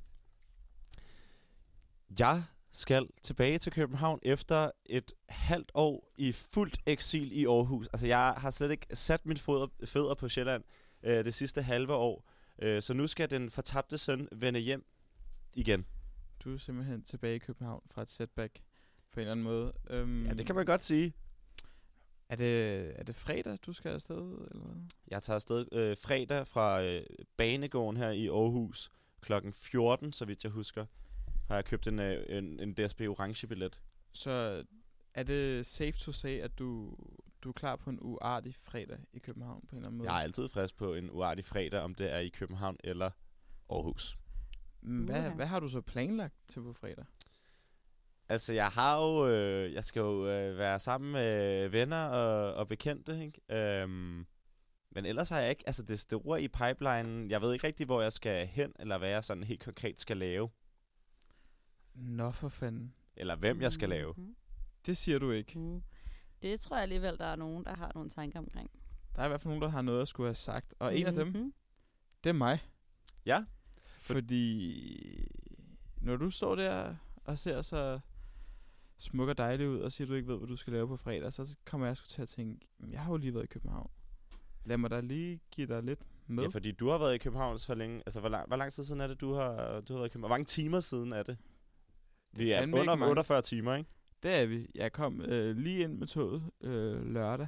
Jeg skal tilbage til København efter et halvt år i fuldt eksil i Aarhus. Altså, jeg har slet ikke sat mine fødder, fødder på Sjælland øh, det sidste halve år. Øh, så nu skal den fortabte søn vende hjem igen. Du er simpelthen tilbage i København fra et setback på en eller anden måde. Øhm, Ja, det kan man godt sige. Er det, er det fredag, du skal afsted? Eller hvad? Jeg tager afsted øh, fredag fra øh, Banegården her i Aarhus klokken fjorten, så vidt jeg husker. Har jeg købt en, øh, en, en D S B orange billet. Så er det safe to say, at du, du er klar på en uartig fredag i København på en eller anden måde? Jeg er altid frisk på en uartig fredag, om det er i København eller Aarhus. Mm, Hvad, Uha. hvad har du så planlagt til på fredag? Altså, jeg har jo, øh, jeg skal jo øh, være sammen med venner og, og bekendte, ikke? Øhm, men ellers har jeg ikke, altså det store i pipelinen, jeg ved ikke rigtig, hvor jeg skal hen, eller hvad jeg sådan helt konkret skal lave, Nå for fanden. eller hvem jeg skal lave. Mhm. Det siger du ikke. Mm. Det tror jeg alligevel, der er nogen, der har nogle tanker omkring. Der er i hvert fald nogen, der har noget at skulle have sagt. Og en af dem, Mhm. det er mig. Ja? Fordi når du står der og ser så smuk og dejlig ud, og siger, at du ikke ved, hvad du skal lave på fredag, så kommer jeg sgu til at tænke, "Men jeg har jo lige været i København. Lad mig da lige give dig lidt med. Ja, fordi du har været i København så længe. Altså, hvor lang, hvor lang tid siden er det, du har, du har været i København? Hvor mange timer siden er det? Vi er fandme ikke under mange. otteogfyrre timer, ikke? Det er vi. Jeg kom øh, lige ind med toget øh, lørdag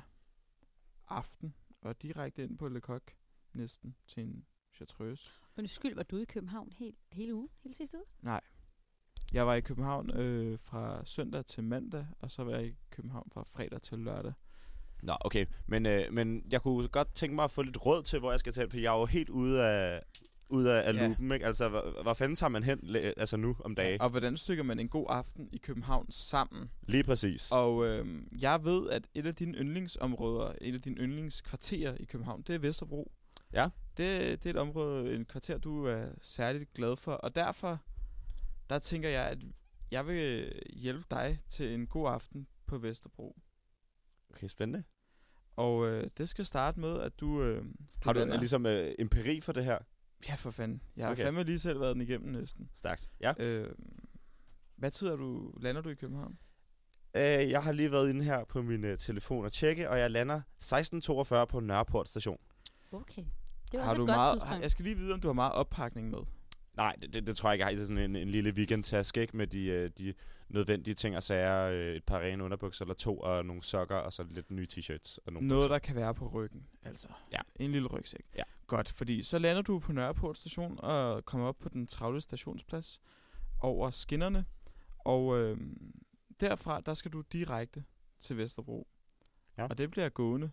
aften, og direkte ind på Le Coq næsten til en chartreuse. Undskyld, var du i København hele, hele ugen? Hele sidste uge? Nej. Jeg var i København øh, fra søndag til mandag, og så var jeg i København fra fredag til lørdag. Nå, okay. Men, øh, men jeg kunne godt tænke mig at få lidt råd til, hvor jeg skal tage, for jeg er jo helt ude af, ude af, af Ja. loopen, ikke? Altså, hvor, hvor fanden tager man hen læ- altså nu om dagen? Og hvordan stykker man en god aften i København sammen? Lige præcis. Og øh, jeg ved, at et af dine yndlingsområder, et af dine yndlingskvarterer i København, det er Vesterbro. Ja. Det, det er et område, en kvarter, du er særligt glad for. Og derfor, der tænker jeg, at jeg vil hjælpe dig til en god aften på Vesterbro. Okay, spændende. Og øh, det skal starte med, at du... Øh, Har du lander- ligesom øh, empiri for det her? Ja, for fanden. Jeg har Okay. fandme lige selv været den igennem næsten. Stærkt. Ja. Øh, hvad tid er du, lander du i København? Øh, jeg har lige været inde her på min øh, telefon og tjekke, og jeg lander seksten toogfyrre på Nørreport station. Okay. Det var Har også du et godt meget, tidspunkt. jeg skal lige vide, om du har meget oppakning med. Nej, det, det, det tror jeg ikke. Jeg har altid sådan en, en lille weekendtaske, ikke? Med de, øh, de nødvendige ting og sager. Øh, et par rene underbukser eller to, og nogle sokker, og så lidt nye t-shirts. Og nogle Noget, der kan være på ryggen, altså. Ja. En lille rygsæk. Ja. Godt, fordi så lander du på Nørreport station og kommer op på den travle stationsplads over skinnerne. Og øh, derfra, der skal du direkte til Vesterbro. Ja. Og det bliver gående.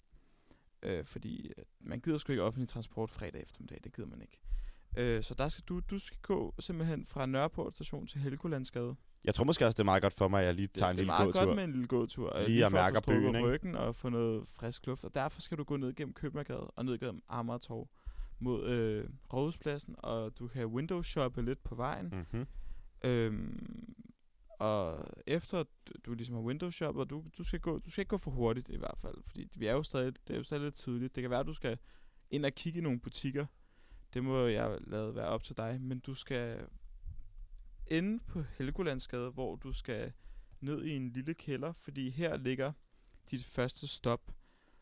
Øh, fordi øh, man gider sgu ikke offentlig transport fredag eftermiddag. Det gider man ikke. Øh, så der skal du, du skal gå simpelthen fra Nørreport station til Helgolandsgade. Jeg tror måske også, det er meget godt for mig, at jeg lige tager Det, en det er lille meget gåtur. godt med en lille gåtur. øh, Lige at for at mærke få strukket byen, ikke? ryggen og få noget frisk luft. Og derfor skal du gå ned gennem Købmagergade og ned gennem Amagertorv mod øh, Rådhuspladsen. Og du kan window shoppe lidt på vejen. Mm-hmm. Øhm, og efter du, du ligesom har window shoppet, du, du, skal gå, du skal ikke gå for hurtigt i hvert fald. Fordi vi er jo stadig, det er jo stadig lidt tidligt. Det kan være, at du skal ind og kigge i nogle butikker. Det må jeg lade være op til dig. Men du skal ende på Helgolandsgade, hvor du skal ned i en lille kælder, fordi her ligger dit første stop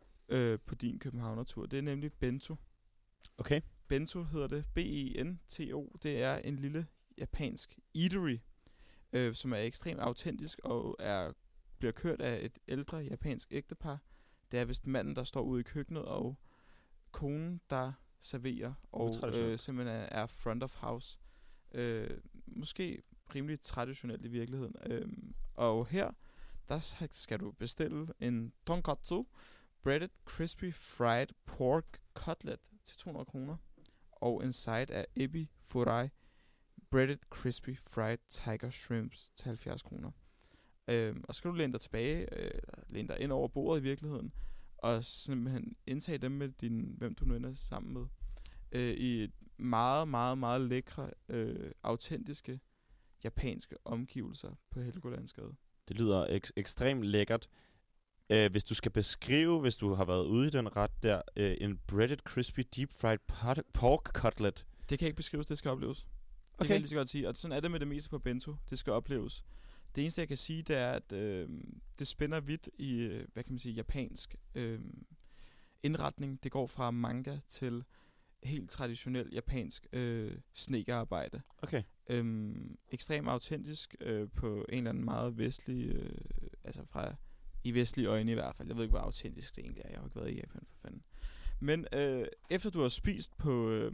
øh, på din Københavner-tur. Det er nemlig Bento. Okay. Bento hedder det. B E N T O. Det er en lille japansk eatery, øh, som er ekstremt autentisk og er bliver kørt af et ældre japansk ægtepar. Det er vist manden, der står ude i køkkenet, og konen, der serverer, og Utraditionelt. øh, simpelthen er front of house. Øh, måske rimelig traditionelt i virkeligheden. Øh, og her, der skal du bestille en tonkatsu breaded crispy fried pork cutlet til to hundrede kroner, og en side af ebi furai breaded crispy fried tiger shrimps til halvfjerds kroner. Øhm, og så skal du læne dig tilbage, øh, læne dig ind over bordet i virkeligheden, og simpelthen indtage dem med din, hvem du nu ender sammen med, øh, i et meget, meget, meget lækre, øh, autentiske japanske omgivelser på Helgolandsgade. Det lyder ek- ekstremt lækkert. Uh, hvis du skal beskrive, hvis du har været ude i den ret der, uh, en breaded crispy deep fried pot- pork cutlet. Det kan ikke beskrives, det skal opleves. Det Okay. kan jeg lige så godt sige. Og sådan er det med det meste på Bento. Det skal opleves. Det eneste, jeg kan sige, det er, at øh, det spænder vidt i, øh, hvad kan man sige, japansk øh, indretning. Det går fra manga til helt traditionel japansk øh, snedkerarbejde. Okay. Øhm, ekstremt autentisk øh, på en eller anden meget vestlig, øh, altså fra i vestlige øjne i hvert fald. Jeg ved ikke, hvor autentisk det egentlig er. Jeg har ikke været i Japan for fanden. Men øh, efter du har spist på øh,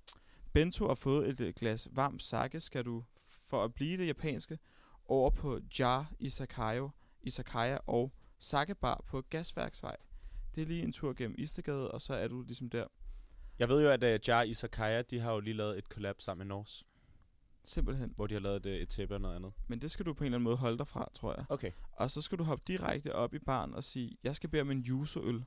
Bento og fået et øh, glas varm sake, skal du, for at blive det japanske, over på Jar Izakaya, Izakaya og Sakebar på Gasværksvej. Det er lige en tur gennem Istedgade, og så er du ligesom der. Jeg ved jo, at uh, Jar Izakaya, de har jo lige lavet et collab sammen med Norse, Simpelthen. hvor de har lavet et, et tæppe og noget andet. Men det skal du på en eller anden måde holde dig fra, tror jeg. Okay. Og så skal du hoppe direkte op i baren og sige, jeg skal bede om en yuzu-øl.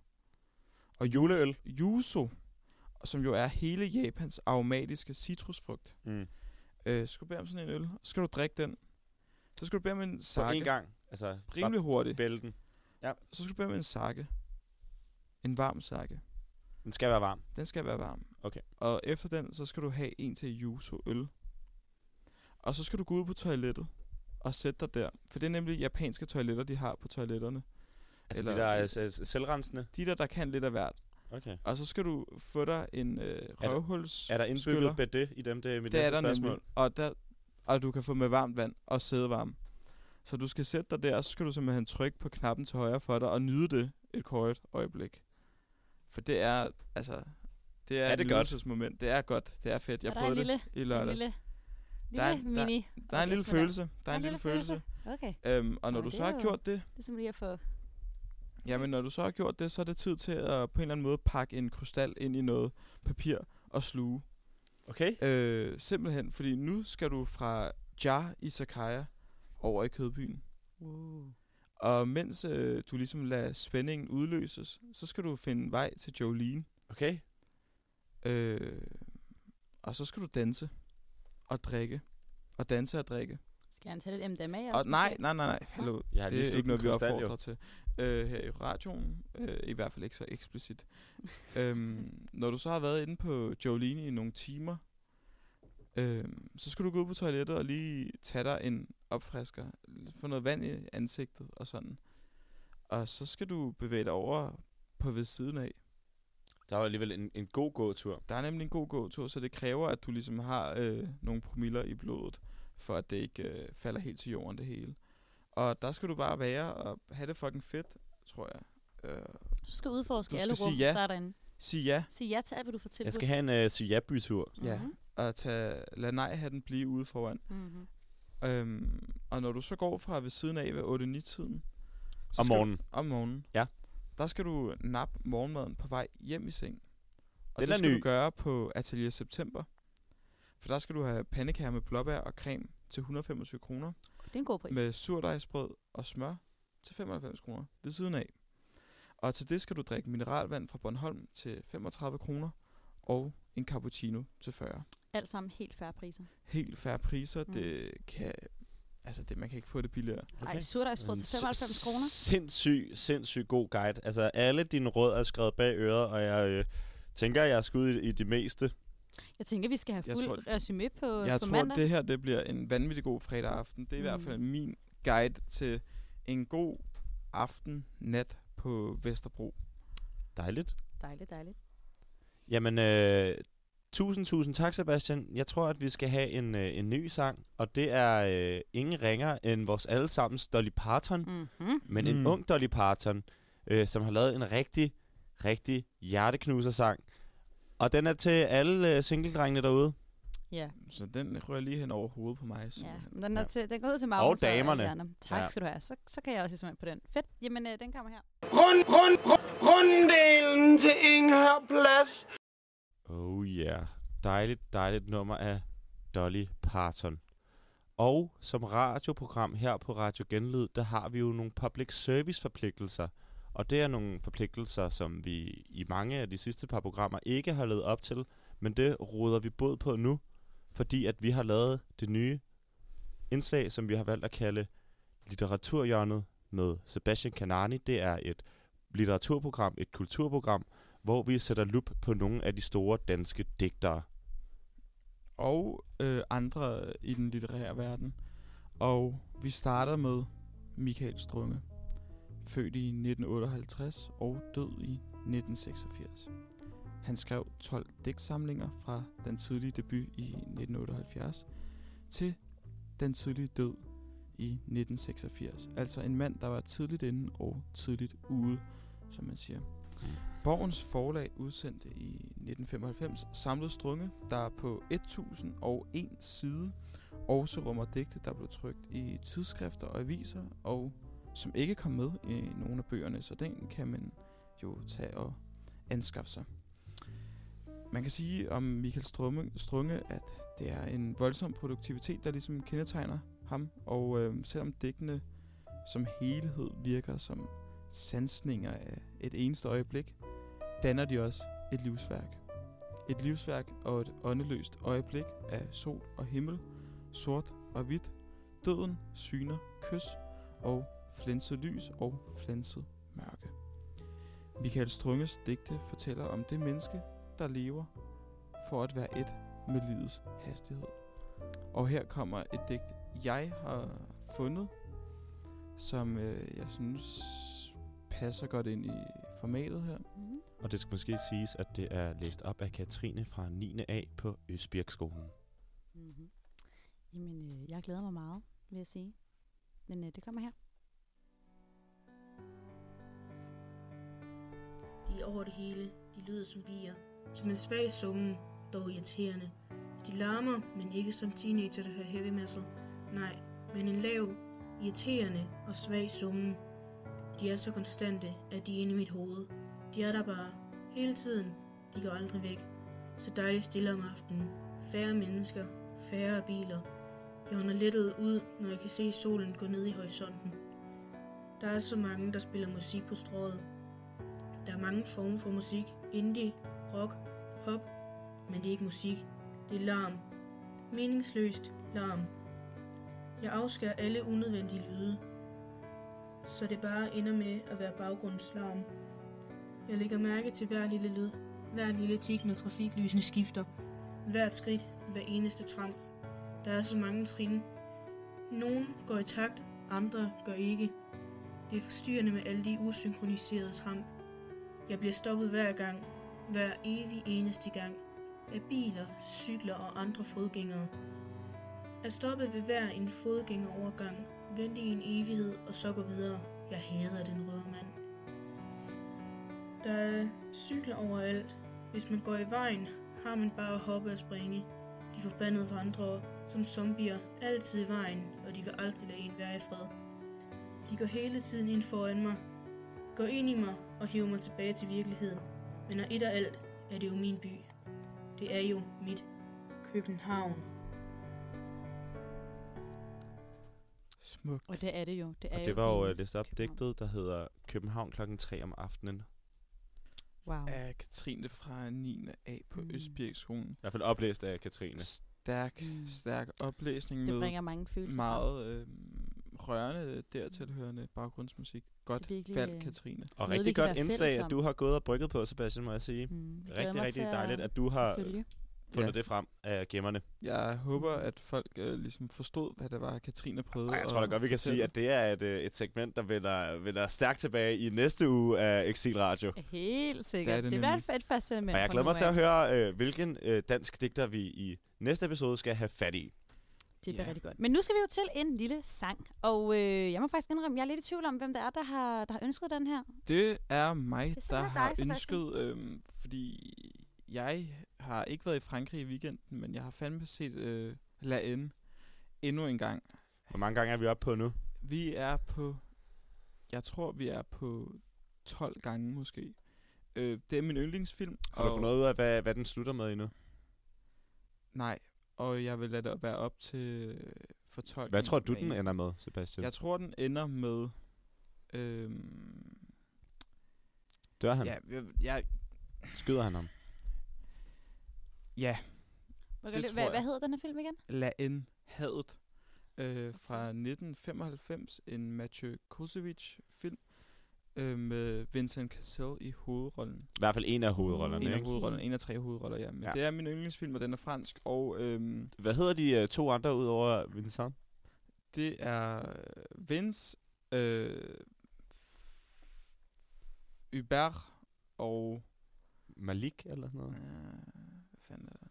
Og Juleøl? Yuzu, som jo er hele Japans aromatiske citrusfrugt. Mm. Øh, så skal du bede om sådan en øl, og så skal du drikke den. Så skal du bede om en På sake. en gang. Altså, Rimelig hurtigt. bælten. Ja. Så skal du bede om en sake. En varm sake. Den skal være varm. Den skal være varm. Okay. Og efter den, så skal du have en til yuzu-øl. Og så skal du gå ud på toilettet og sætte dig der. For det er nemlig japanske toiletter, de har på toiletterne. Altså Eller- de der uh, s- s- selvrensende. De der, der kan lidt af hvert. Okay. Og så skal du få dig en øh, røvhuls. Er der indbygget bidet i dem? Det er mit det næste er der spørgsmål. nemlig. Og, der, og du kan få med varmt vand og sædevarme. Så du skal sætte dig der, og så skal du simpelthen trykke på knappen til højre for dig og nyde det et kort øjeblik. For det er, altså, det er, er et det nydelsesmoment. Det er godt. Det er fedt. Jeg er der prøvede en lille, det i lørdags. En lille, Der er, lille der, mini. der er en lille følelse. Der er en lille følelse. Okay. Øhm, og når Nå, du det så er har jo- gjort det, Det er simpelthen lige at få... jamen når du så har gjort det, så er det tid til at på en eller anden måde pakke en krystal ind i noget papir og sluge. Okay. Øh, simpelthen, fordi nu skal du fra Jar Izakaya over i Kødbyen. Uh. Og mens øh, du ligesom lader spændingen udløses, så skal du finde vej til Jolene. Okay. Øh, og så skal du danse og drikke. Og danse og drikke. Skal han tage lidt M D M A Og også? nej, måske? nej, nej, nej. Hallo. Jeg har Det lige er slugt ikke noget, en vi krystal, jo. opfordrer til øh, her i radioen. Øh, I hvert fald ikke så eksplicit. øhm, når du så har været inde på Jolene i nogle timer, øhm, så skal du gå ud på toilettet og lige tage dig en opfrisker. Få noget vand i ansigtet og sådan. Og så skal du bevæge dig over på ved siden af. Der var alligevel en, en god gåtur. Der er nemlig en god gåtur, så det kræver, at du ligesom har øh, nogle promiller i blodet, for at det ikke øh, falder helt til jorden det hele. Og der skal du bare være og have det fucking fedt, tror jeg. Øh, Du skal udforske Du alle skal rum, sige ja. der er derinde. sig ja, Sig ja til alt, hvad du får tilbudt. Jeg skal have en uh, Siaby-tur. ja, Mhm. og tage, lad nej-hatten blive ude foran. Mhm. Øhm, og når du så går fra ved siden af ved otte ni tiden Om morgenen. Du, om morgenen. Ja. Der skal du nappe morgenmaden på vej hjem i seng. Og Den det er skal ny. du gøre på Atelier September. For der skal du have pandekager med blåbær og creme til et hundrede og femogtyve kroner. Det er en god pris. Med surdejsbrød og smør til femoghalvfems kroner ved siden af. Og til det skal du drikke mineralvand fra Bornholm til femogtredive kroner. Og en cappuccino til fyrre. Alt sammen helt færre priser. Helt færre priser. Mm. Det kan... Altså, det, man kan ikke få det billigere. Okay. Ej, surdejsbrød til femoghalvfems kroner. Sindssyg, sindssyg god guide. Altså, alle dine råd er skrevet bag øret, og jeg øh, tænker, jeg er skudt i, i det meste. Jeg tænker, vi skal have Jeg fuld tror- resume på, Jeg på tror, mandag. det her det bliver en vanvittig god fredag aften. Det er mm. i hvert fald min guide til en god aften, nat på Vesterbro. Dejligt. Dejligt, dejligt. Jamen, øh, tusind, tusind tak, Sebastian. Jeg tror, at vi skal have en, øh, en ny sang, og det er øh, ingen ringer end vores allesammens Dolly Parton, Mm-hmm. men Mm. en ung Dolly Parton, øh, som har lavet en rigtig, rigtig hjerteknuser-sang. Og den er til alle øh, singledrengene derude. Ja. Så den rører lige hen over hovedet på mig. Ja, simpelthen. men den, er Ja. til, den går ud til Magnus damerne. Jana. Tak Ja. skal du have. Så, så kan jeg også ligesom på den. Fedt. Jamen, øh, den kommer her. Rund, rund, rund, runddelen til Inghør Plads. Oh yeah. Dejligt, dejligt nummer af Dolly Parton. Og som radioprogram her på Radio Genlyd, der har vi jo nogle public service forpligtelser. Og det er nogle forpligtelser, som vi i mange af de sidste par programmer ikke har lavet op til. Men det råder vi båd på nu, fordi at vi har lavet det nye indslag, som vi har valgt at kalde Litteraturhjørnet med Sebastian Kanani. Det er et litteraturprogram, et kulturprogram, hvor vi sætter lup på nogle af de store danske digtere. Og øh, andre i den litterære verden. Og vi starter med Michael Strunge. Født i nitten otteoghalvtreds og død i nitten seksogfirs. Han skrev tolv digtsamlinger fra den tidlige debut i nitten otteoghalvfjerds til den tidlige død i nitten seksogfirs. Altså en mand, der var tidligt inde og tidligt ude, som man siger. Borgens Forlag udsendte i nitten femoghalvfems samlet Strunge, der på tusind og en side også rummer digte, der blev trykt i tidsskrifter og aviser, og som ikke kom med i nogle af bøgerne, så den kan man jo tage og anskaffe sig. Man kan sige om Michael Strunge, Strunge at det er en voldsom produktivitet, der ligesom kendetegner ham, og øh, selvom digtene som helhed virker som sansninger af et eneste øjeblik, danner de også et livsværk. Et livsværk og et åndeløst øjeblik af sol og himmel, sort og hvidt, døden, syner, kys og flænset lys og flænset mørke. Michael Strunges digte fortæller om det menneske, der lever for at være et med livets hastighed. Og her kommer et digt, jeg har fundet, som øh, jeg synes passer godt ind i formatet her. Mm-hmm. Og det skal måske siges, at det er læst op af Katrine fra niende A på Østbirkskolen. Mm-hmm. Jamen, øh, jeg glæder mig meget, vil jeg sige. Men øh, det kommer her. De er over det hele. De lyder som bier. Som en svag summen, dog irriterende. De larmer, men ikke som teenager, der hører heavy metal. Nej, men en lav, irriterende og svag summen. De er så konstante, at de er inde i mit hoved. De er der bare. Hele tiden. De går aldrig væk. Så dejligt stille om aftenen. Færre mennesker. Færre biler. Jeg ånder lettet ud, når jeg kan se solen gå ned i horisonten. Der er så mange, der spiller musik på strået. Der er mange former for musik. Indie, rock, pop. Men det er ikke musik. Det er larm. Meningsløst larm. Jeg afskærer alle unødvendige lyde. Så det bare ender med at være baggrundslarm. Jeg lægger mærke til hver lille lyd. Hver lille tik, når trafiklysene skifter. Hvert skridt, hver eneste trang. Der er så mange trin. Nogle går i takt, andre gør ikke. Det er forstyrrende med alle de usynkroniserede tramp. Jeg bliver stoppet hver gang, hver evig eneste gang, af biler, cykler og andre fodgængere. At stoppe ved hver en fodgængerovergang, vente i en evighed og så gå videre. Jeg hader den røde mand. Der er cykler overalt. Hvis man går i vejen, har man bare at hoppe og springe. De forbandede vandrere, som zombier, altid i vejen, og de vil aldrig lade en være i fred. De går hele tiden ind foran mig, går ind i mig og hiver mig tilbage til virkeligheden. Men når et er alt, er det jo min by. Det er jo mit København. Smukt. Og det er det jo. Det er Og jo det var jo hendes læst op København. digtet, der hedder København klokken tre om aftenen. Wow. Af Katrine fra niende A på Mm. mm. Østbirkskolen. I hvert fald oplæst af Katrine. Stærk, Mm. stærk oplæsning Det med bringer mange følelser meget øh, rørende dertilhørende baggrundsmusik. Godt virkelig, valg, øh, Katrine. Og Noget, vi rigtig kan godt være indslag, fælles at om. du har gået og brygget på, Sebastian, må jeg sige. frem. Mm. Jeg glæder Rigtig, mig rigtig til dejligt, at at du har følge. fundet Ja. det frem af gemmerne. Jeg håber, at folk øh, ligesom forstod, hvad det var, Katrine prøvede Ej, jeg tror da at godt, vi kan sige, fortælle. at det er et, øh, et segment, der vender, vender stærkt tilbage i næste uge af Exil Radio. Helt sikkert. Det er det Det er i nemlig. hvert fald et fascinerende. Og jeg fra glæder nu mig til af. at høre, øh, hvilken øh, dansk digter vi i næste episode skal have fat i. Det bliver Ja. rigtig godt. Men nu skal vi jo til en lille sang. Og øh, jeg må faktisk indrømme, jeg er lidt i tvivl om, hvem det er, der har, der har ønsket den her. Det er mig, Det er der simpelthen har dig, Sebastian. ønsket, øhm, fordi jeg har ikke været i Frankrig i weekenden, men jeg har fandme set øh, La N endnu en gang. Hvor mange gange er vi oppe på nu? Vi er på, jeg tror vi er på tolv gange måske. Øh, det er min yndlingsfilm. Har du fundet ud af, hvad, hvad den slutter med endnu? Nej, og jeg vil lade det være op til fortolkning. Hvad tror du, hver den eneste- ender med, Sebastian? Jeg tror, den ender med... Øhm, Dør han? ja, jeg, jeg, Skyder han ham? ja, Hvad, Det hvad, tror jeg. hvad hedder den her film igen? La N Hadet øh, fra nitten femoghalvfems, en Mathieu Kosevic-film øh, med Vincent Cassel i hovedrollen. I hvert fald en af hovedrollerne, En af ikke? hovedrollerne, en af tre hovedroller, ja. Men Ja. ja. det er min yndlingsfilm, og den er fransk, og øhm, Hvad hedder de øh, to andre ud over Vincent? det er Vince, øh, Hubert og... Malik eller sådan Øh, noget? hvad fanden er det?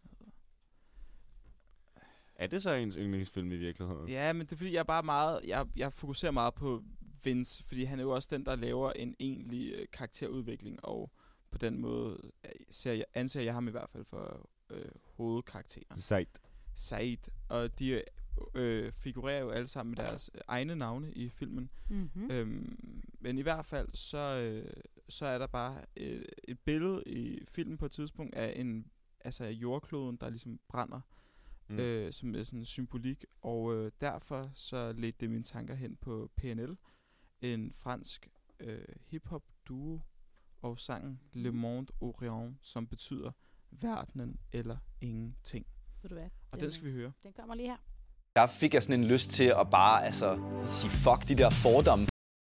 Er det så ens yndlingsfilm i virkeligheden? Ja, men det er fordi, jeg er bare meget... Jeg, jeg fokuserer meget på Vince, fordi han er jo også den, der laver en egentlig øh, karakterudvikling, og på den måde øh, ser jeg, anser jeg ham i hvert fald for øh, hovedkarakteren. Sejt. Said, og de øh, figurerer jo alle sammen med deres øh, egne navne i filmen. Mm-hmm. Øhm, men i hvert fald, så, øh, så er der bare øh, et billede i filmen på et tidspunkt af en, altså af jordkloden, der ligesom brænder, Mm. mm. øh, som er sådan en symbolik, og øh, derfor så ledte det mine tanker hen på P N L, en fransk øh, hip-hop duo, og sangen Le Monde Orient, som betyder verdenen eller ingenting. Ved du hvad? Og den skal vi høre. Den kommer lige her. Der fik jeg sådan en lyst til at bare altså, sige fuck de der fordomme.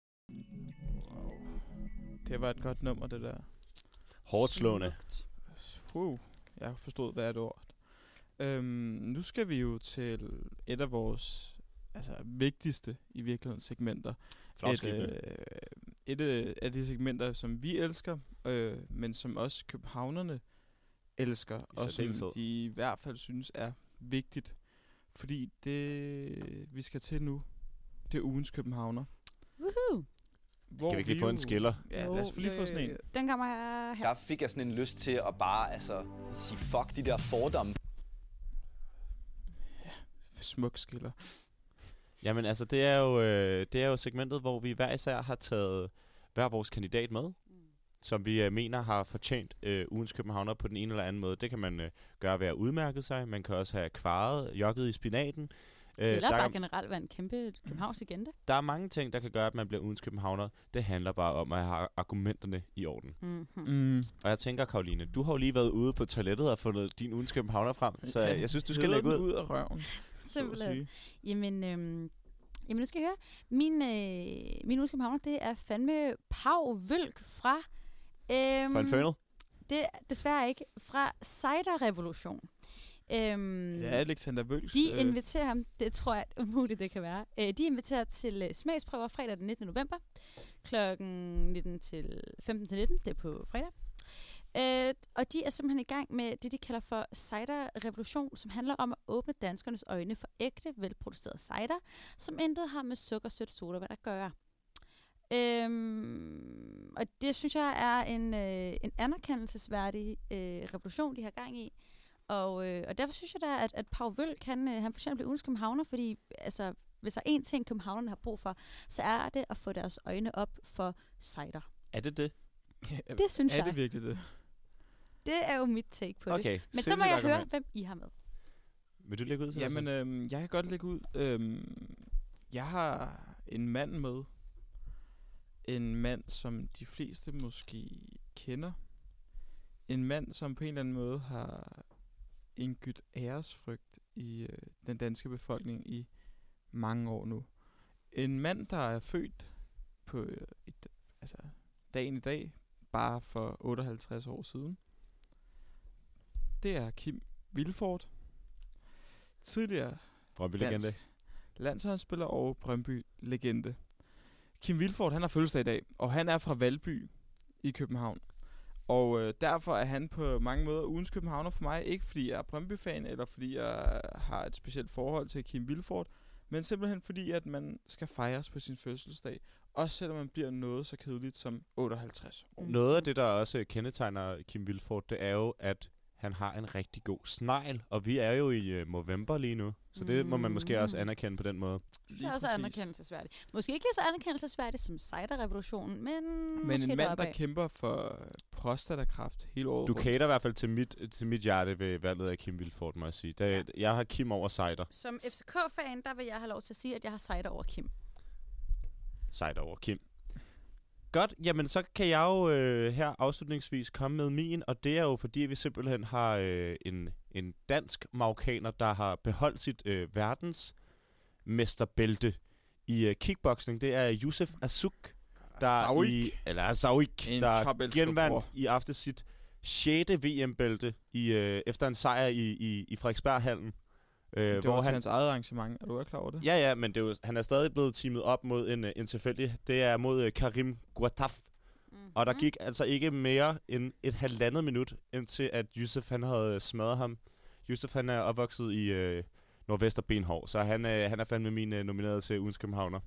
Det var et godt nummer, det der. Hårdt slående. Smukt. Wow, jeg forstod hvert ord. Øhm, nu skal vi jo til et af vores altså, vigtigste i virkeligheden segmenter. Et, Flagskibene. øh, et øh, af de segmenter, som vi elsker, øh, men som også københavnerne elsker, og som de i hvert fald synes er vigtigt. Fordi det, vi skal til nu, det er ugens københavner. Woohoo! Hvor kan vi ikke lige få en skiller? Ja, lad os lige få sådan en. Den kommer her. Der fik jeg sådan en lyst til at bare altså, sige fuck de der fordomme. Ja, smuk skiller. Jamen altså, det er, jo, øh, det er jo segmentet, hvor vi hver især har taget hver vores kandidat med, mm. som vi øh, mener har fortjent øh, ugens københavner på den ene eller anden måde. Det kan man øh, gøre ved at udmærke sig. Man kan også have kvaret, jogget i spinaten. Øh, Eller bare generelt være en kæmpe Københavns legende. Der er mange ting, der kan gøre, at man bliver ugens københavner. Det handler bare om at have argumenterne i orden. Mm-hmm. Mm. Og jeg tænker, Karoline, du har jo lige været ude på toilettet og fundet din ugens københavner frem, så ja, jeg synes, du skal lægge ud. ud af røven. Simpelthen. Jamen, øhm, jamen, nu skal jeg høre. Min, øh, min ugens københavner, det er fandme Pau Vølk fra... Øhm, fra Infernal? Det er desværre ikke. Fra Cider-revolution. Øhm, ja, Alexander Vølks. De inviterer ham, det tror jeg umuligt det kan være. Øh, de inviterer til uh, smagsprøver fredag den nittende november klokken nitten til femten til nitten. Det er på fredag. Øh, og de er simpelthen i gang med det, de kalder for cider-revolution, som handler om at åbne danskernes øjne for ægte, velproduceret cider, som intet har med sukker, sødt, sodavand at gøre. Øhm, og det synes jeg er en, øh, en anerkendelsesværdig øh, revolution, de har gang i. Og, øh, og derfor synes jeg da, at, at Pau Vølk, han, øh, han fortjener at blive ugens københavner, fordi altså, hvis der er én ting, københavnerne har brug for, så er det at få deres øjne op for cider. Er det det? Ja, det synes er jeg. Er det virkelig det? Det er jo mit take på okay, det. Men så må jeg argument. høre, hvem I har med. Vil du lægge ud? Jamen, øhm, jeg kan godt lægge ud. Øhm, jeg har en mand med. En mand, som de fleste måske kender. En mand, som på en eller anden måde har indgydt æresfrygt i øh, den danske befolkning i mange år nu. En mand, der er født på øh, et, altså, dagen i dag, bare for otteoghalvtreds år siden. Det er Kim Vilfort. Tidligere Brøndby-legende. Landsholdsspiller og Brøndby-legende. Kim Vilfort, han har fødselsdag i dag, og han er fra Valby i København. Og øh, derfor er han på mange måder ugens københavner for mig. Ikke fordi jeg er Brøndby-fan, eller fordi jeg har et specielt forhold til Kim Vilfort, men simpelthen fordi, at man skal fejres på sin fødselsdag. Også selvom man bliver noget så kedeligt som otteoghalvtreds år. Noget af det, der også kendetegner Kim Vilfort, det er jo, at han har en rigtig god snegl. Og vi er jo i uh, november lige nu, så det mm. må man måske også anerkende på den måde. Det er også anerkendelsesværdigt. Måske ikke lige så anerkendelsesværdigt som cider-revolutionen, men Men en mand, der kæmper for prostatakræft hele året Du cater i hvert fald til mit, til mit hjerte ved valget af Kim Vilfort, må jeg sige. Der, ja. Jeg har Kim over cider. Som F C K-fan, der vil jeg have lov til at sige, at jeg har cider over Kim. Cider over Kim. Godt, jamen så kan jeg jo øh, her afslutningsvis komme med min, og det er jo fordi, vi simpelthen har øh, en, en dansk marokkaner, der har beholdt sit øh, verdensmesterbælte i øh, kickboxing. Det er Youssef Azouk, der i, eller Azouk, der genvandt i aften sit sjette V M-bælte i, øh, efter en sejr i, i, i Frederiksberghallen. Øh, det var hvor han, hans eget arrangement, er du ikke klar over det? Ja, ja, men det er jo, han er stadig blevet teamet op mod en, en tilfældig. Det er mod uh, Karim Guataf. Mm-hmm. Og der gik altså ikke mere end et halvandet minut, indtil at Youssef han havde smadret ham. Youssef han er opvokset i øh, Nordvester Benhår, så han, øh, han er fandme min øh, nomineret til ugens københavner.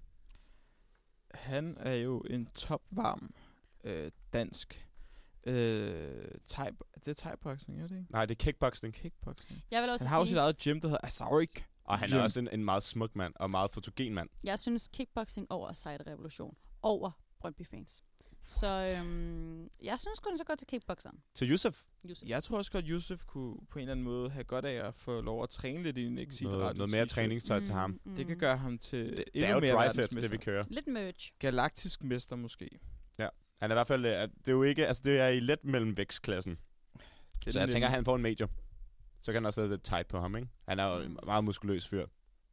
Han er jo en topvarm øh, dansk Øh, thai, det er thai-boxing, er det ikke? Nej, det er kickboxing. Kickboxing. Jeg vil også han har jo sit eget gym, der hedder Azouk. Og han gym. er også en, en meget smuk mand, og meget fotogen mand. Jeg synes kickboxing over cider-revolution. Over Brøndby-fans. Så øhm, jeg synes kun så godt til kickboxeren. Til Youssef? Youssef? Jeg tror også godt, Youssef kunne på en eller anden måde have godt af at få lov at træne lidt i en exilradio. Noget, noget mere træningstøj mm, til ham. Mm. Det kan gøre ham til det, endnu det mere verdensmester. Det er jo det, vi kører. Lidt merch. Galaktisk mester måske. Ja. Han er i hvert fald, det er jo ikke, altså det er i let mellemvægtsklassen. Så jeg tænker, at han får en major. Så kan han også have lidt tight på ham, ikke? Han er jo en meget muskuløs fyr.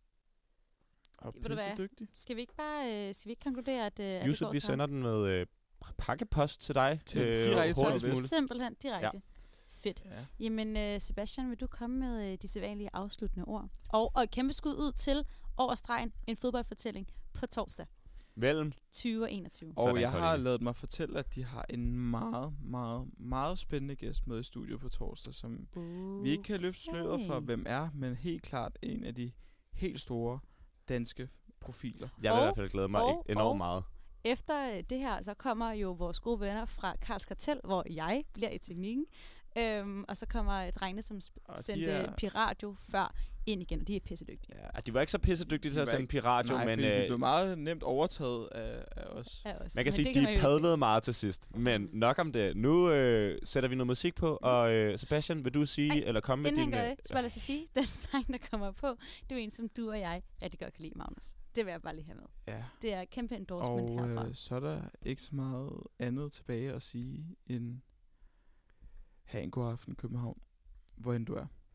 Og pisse dygtig. Skal vi ikke bare, øh, skal vi ikke konkludere, at, øh, at Youssef, det går vi så? sender den med øh, pakkepost til dig. Til øh, direkte til simpelthen direkte. Ja. Fedt. Ja. Jamen, øh, Sebastian, vil du komme med øh, de sædvanlige afsluttende ord? Og, og et kæmpe skud ud til over stregen en fodboldfortælling på torsdag. Mellem? tyve og enogtyve. Og Sådan, jeg har Karoline. lavet mig fortælle, at de har en meget, meget, meget spændende gæst med i studiet på torsdag, som Uh. vi ikke kan løfte sløret for, Okay. hvem er, men helt klart en af de helt store danske profiler. Jeg vil Og- i hvert fald glæde mig og- enormt og- meget. Efter øh, det her, så kommer jo vores gode venner fra Karls Kartel, hvor jeg bliver i teknikken. Øhm, og så kommer øh, drengene, som sp- Og de sendte er- Piradio før, ind igen, og de er pissedygtige. Ja. Ja, de var ikke så pissedygtige til De at var sende ikke- Piradio, Nej, men fordi de øh, blev meget nemt overtaget af, af os. Ja, også. man kan Men sige, det de man jo- padlede meget til sidst. Men nok om det. Nu øh, sætter vi noget musik på, og øh, Sebastian, vil du sige, Ej, eller komme med Inden din... han gør øh, det, så bare lade sig sige, den sang, der kommer på, det er jo en, som du og jeg rigtig godt kan lide, Magnus. Det vil jeg bare lige have med. Ja. Det er kæmpe endorsement Og herfra. øh, så er der ikke så meget andet tilbage at sige end have en god aften, København, hvor end du er.